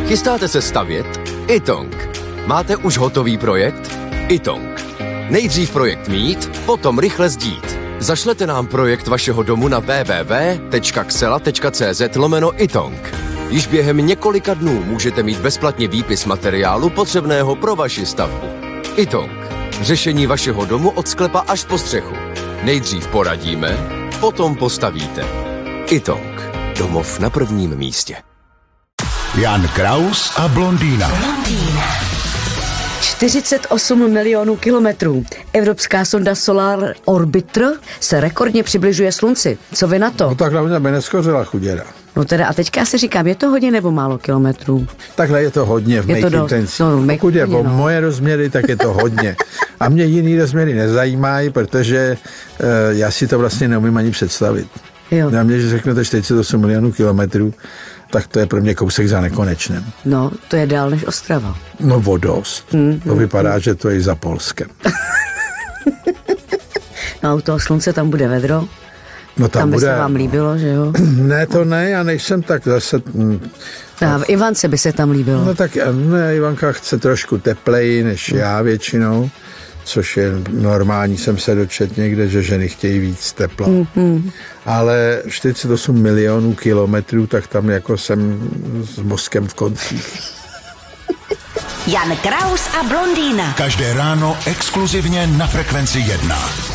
Chystáte se stavět? Itong. Máte už hotový projekt? Itong. Nejdřív projekt mít, potom rychle sdít. Zašlete nám projekt vašeho domu na www.xela.cz/itong. Již během několika dnů můžete mít bezplatně výpis materiálu potřebného pro vaši stavbu. Itong. Řešení vašeho domu od sklepa až po střechu. Nejdřív poradíme, potom postavíte. Itong. Domov na prvním místě. Jan Kraus a blondýna. 48 milionů kilometrů. Evropská sonda Solar Orbiter se rekordně přibližuje Slunci. Co vy na to? No takhle by neschořila chuděra. No teda a teďka já si říkám, je to hodně nebo málo kilometrů? Takhle je to hodně v Make Intensi. Pokud je o moje rozměry, tak je to hodně. A mě jiný rozměry nezajímají, protože já si to vlastně neumím ani představit. Jo. Na mě, že řeknete 48 milionů kilometrů, tak to je pro mě kousek za nekonečném. No, to je dál než Ostrava. No vodost. To vypadá, že to je za Polskem. No a u toho Slunce tam bude vedro. No tam by bude... se vám líbilo, že jo? Ne, to ne, já nejsem tak zase... A Ivance by se tam líbilo. No tak ne, Ivanka chce trošku tepleji než já většinou, což je normální, jsem se dočet někde, že ženy chtějí víc tepla. Ale 48 milionů kilometrů, tak tam jako jsem s mozkem v koncích. Jan Kraus a blondýna. Každé ráno exkluzivně na Frekvenci 1.